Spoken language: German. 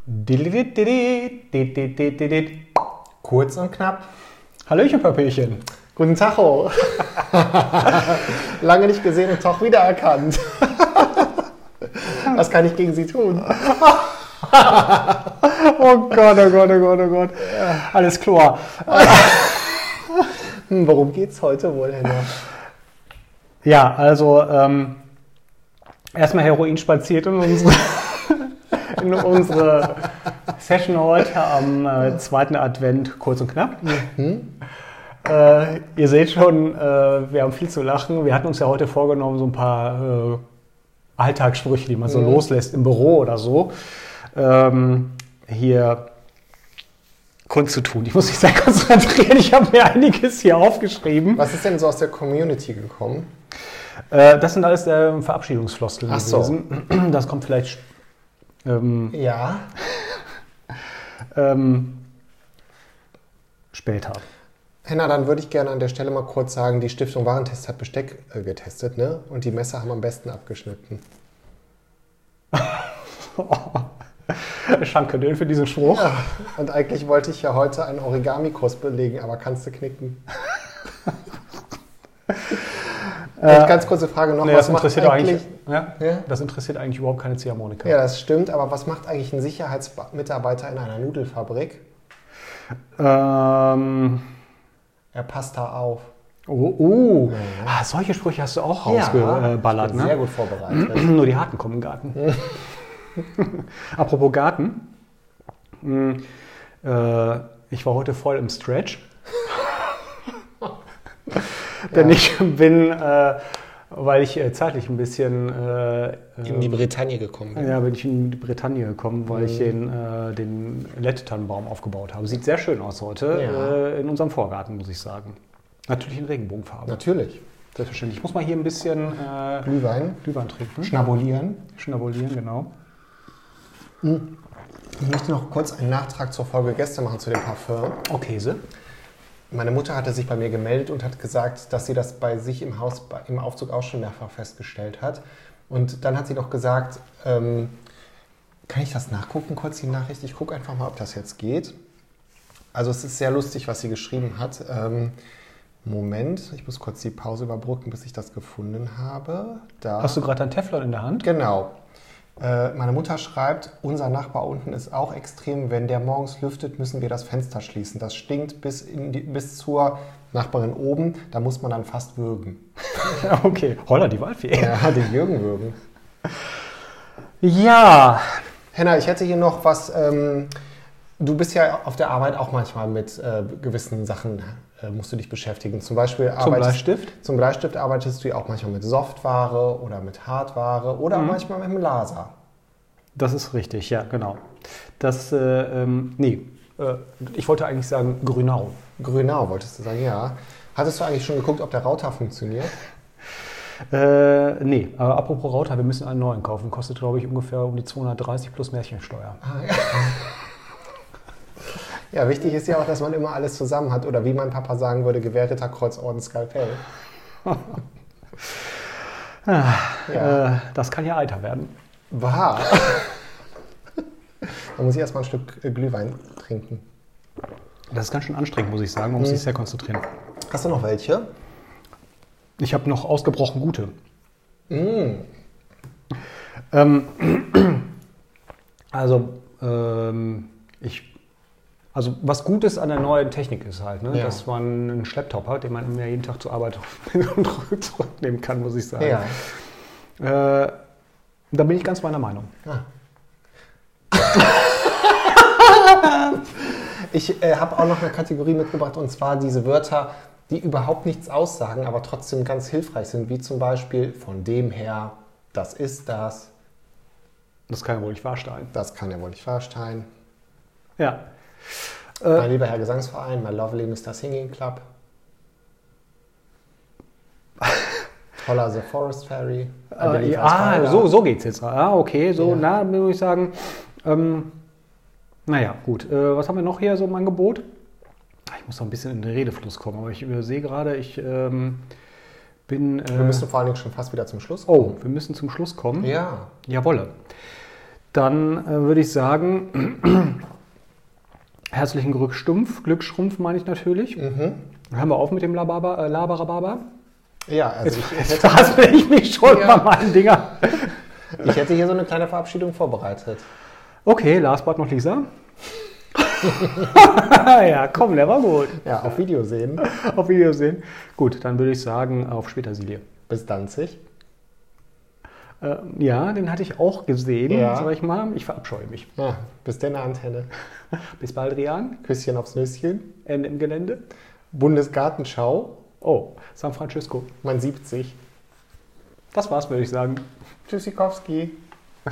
Kurz und knapp. Hallöchen, Papierchen. Guten Tacho. Lange nicht gesehen und doch wiedererkannt. Was kann ich gegen Sie tun? Oh Gott, oh Gott, oh Gott, oh Gott. Alles klar. Worum geht's heute wohl, Henna? Ja, also erstmal Heroin spaziert in unsere Session heute am zweiten Advent, kurz und knapp. Ihr seht schon, wir haben viel zu lachen. Wir hatten uns ja heute vorgenommen, so ein paar Alltagssprüche, die man so loslässt im Büro oder so, hier kundzutun. Ich muss mich sehr konzentrieren. Ich habe mir einiges hier aufgeschrieben. Was ist denn so aus der Community gekommen? Das sind alles Verabschiedungsfloskeln gewesen. So. Das kommt vielleicht Ja. Später. Henna, dann würde ich gerne an der Stelle mal kurz sagen, die Stiftung Warentest hat Besteck getestet, ne? Und die Messer haben am besten abgeschnitten. Danke für diesen Spruch. Ja, und eigentlich wollte ich ja heute einen Origami-Kurs belegen, aber kannst du knicken. Ganz kurze Frage noch. Nee, was das macht interessiert eigentlich, ja? Das interessiert eigentlich überhaupt keine Ziehharmonika. Ja, das stimmt, aber was macht eigentlich ein Sicherheitsmitarbeiter in einer Nudelfabrik? Er passt da auf. Ja. Solche Sprüche hast du auch rausgeballert, ich bin sehr gut vorbereitet. Nur die Harten kommen im Garten. Apropos Garten. Ich war heute voll im Stretch. Denn ich bin, weil ich zeitlich ein bisschen... in die Bretagne gekommen bin. Ja, bin ich in die Bretagne gekommen, weil ich den Lettetannenbaum aufgebaut habe. Sieht sehr schön aus heute in unserem Vorgarten, muss ich sagen. Natürlich in Regenbogenfarbe. Natürlich. Selbstverständlich. Ich muss mal hier ein bisschen Glühwein trinken. Schnabulieren, genau. Ich möchte noch kurz einen Nachtrag zur Folge gestern machen zu dem Parfum. Okay, Käse. Meine Mutter hatte sich bei mir gemeldet und hat gesagt, dass sie das bei sich im Haus im Aufzug auch schon mehrfach festgestellt hat. Und dann hat sie noch gesagt, kann ich das nachgucken, kurz die Nachricht? Ich gucke einfach mal, ob das jetzt geht. Also es ist sehr lustig, was sie geschrieben hat. Moment, ich muss kurz die Pause überbrücken, bis ich das gefunden habe. Da. Hast du gerade ein Teflon in der Hand? Genau. Meine Mutter schreibt, unser Nachbar unten ist auch extrem. Wenn der morgens lüftet, müssen wir das Fenster schließen. Das stinkt bis zur Nachbarin oben. Da muss man dann fast würgen. Okay, holla die Waldfee. Ja, den Jürgen würgen. Ja. Henna, ich hätte hier noch was. Du bist ja auf der Arbeit auch manchmal mit gewissen Sachen musst du dich beschäftigen. Zum Beispiel Bleistift? Zum Bleistift arbeitest du ja auch manchmal mit Software oder mit Hardware oder manchmal mit dem Laser. Das ist richtig, ja, genau. Ich wollte eigentlich sagen Grünau. Grünau wolltest du sagen, ja. Hattest du eigentlich schon geguckt, ob der Router funktioniert? Nee, aber apropos Router, wir müssen einen neuen kaufen. Kostet, glaube ich, ungefähr um die 230 plus Märchensteuer. Ja. Ja, wichtig ist ja auch, dass man immer alles zusammen hat. Oder wie mein Papa sagen würde, Gewehrritter, Kreuzorden, Skalpell. Das kann ja eiter werden. Wahr. Da muss ich erstmal ein Stück Glühwein trinken. Das ist ganz schön anstrengend, muss ich sagen. Man muss sich sehr konzentrieren. Hast du noch welche? Ich habe noch ausgebrochen gute. Also was Gutes an der neuen Technik ist halt, ne? Dass man einen Schlepptop hat, den man ja jeden Tag zur Arbeit zurücknehmen kann, muss ich sagen. Ja. Da bin ich ganz meiner Meinung. Ich habe auch noch eine Kategorie mitgebracht, und zwar diese Wörter, die überhaupt nichts aussagen, aber trotzdem ganz hilfreich sind, wie zum Beispiel von dem her, das ist das. Das kann ja wohl nicht wahr sein. Das kann ja wohl nicht wahr sein. Ja. Mein lieber Herr Gesangsverein, my lovely Mr. Singing Club. Holla the Forest Fairy. So geht's jetzt. Okay, muss ich sagen. Naja, gut. Was haben wir noch hier so im Angebot? Ich muss noch ein bisschen in den Redefluss kommen, aber ich sehe gerade, wir müssen vor allen Dingen schon fast wieder zum Schluss kommen. Oh, wir müssen zum Schluss kommen? Ja. Jawolle. Dann würde ich sagen, herzlichen Glückschrumpf meine ich natürlich. Hören wir auf mit dem Labarababa. Ja, also jetzt hasse ich mich schon bei meinen Dingern. Ich hätte hier so eine kleine Verabschiedung vorbereitet. Okay, last but not Lisa. Ja, komm, der war gut. Ja, auf Wiedersehen. Auf Wiedersehen. Gut, dann würde ich sagen, auf später, Silje. Bis Danzig. Ja, den hatte ich auch gesehen, sag ich mal. Ich verabscheue mich. Ja, bis denn, Antenne. Bis bald, Rian. Küsschen aufs Nüsschen. Ende im Gelände. Bundesgartenschau. Oh, San Francisco. Man 70. Das war's, würde ich sagen. Tschüssikowski.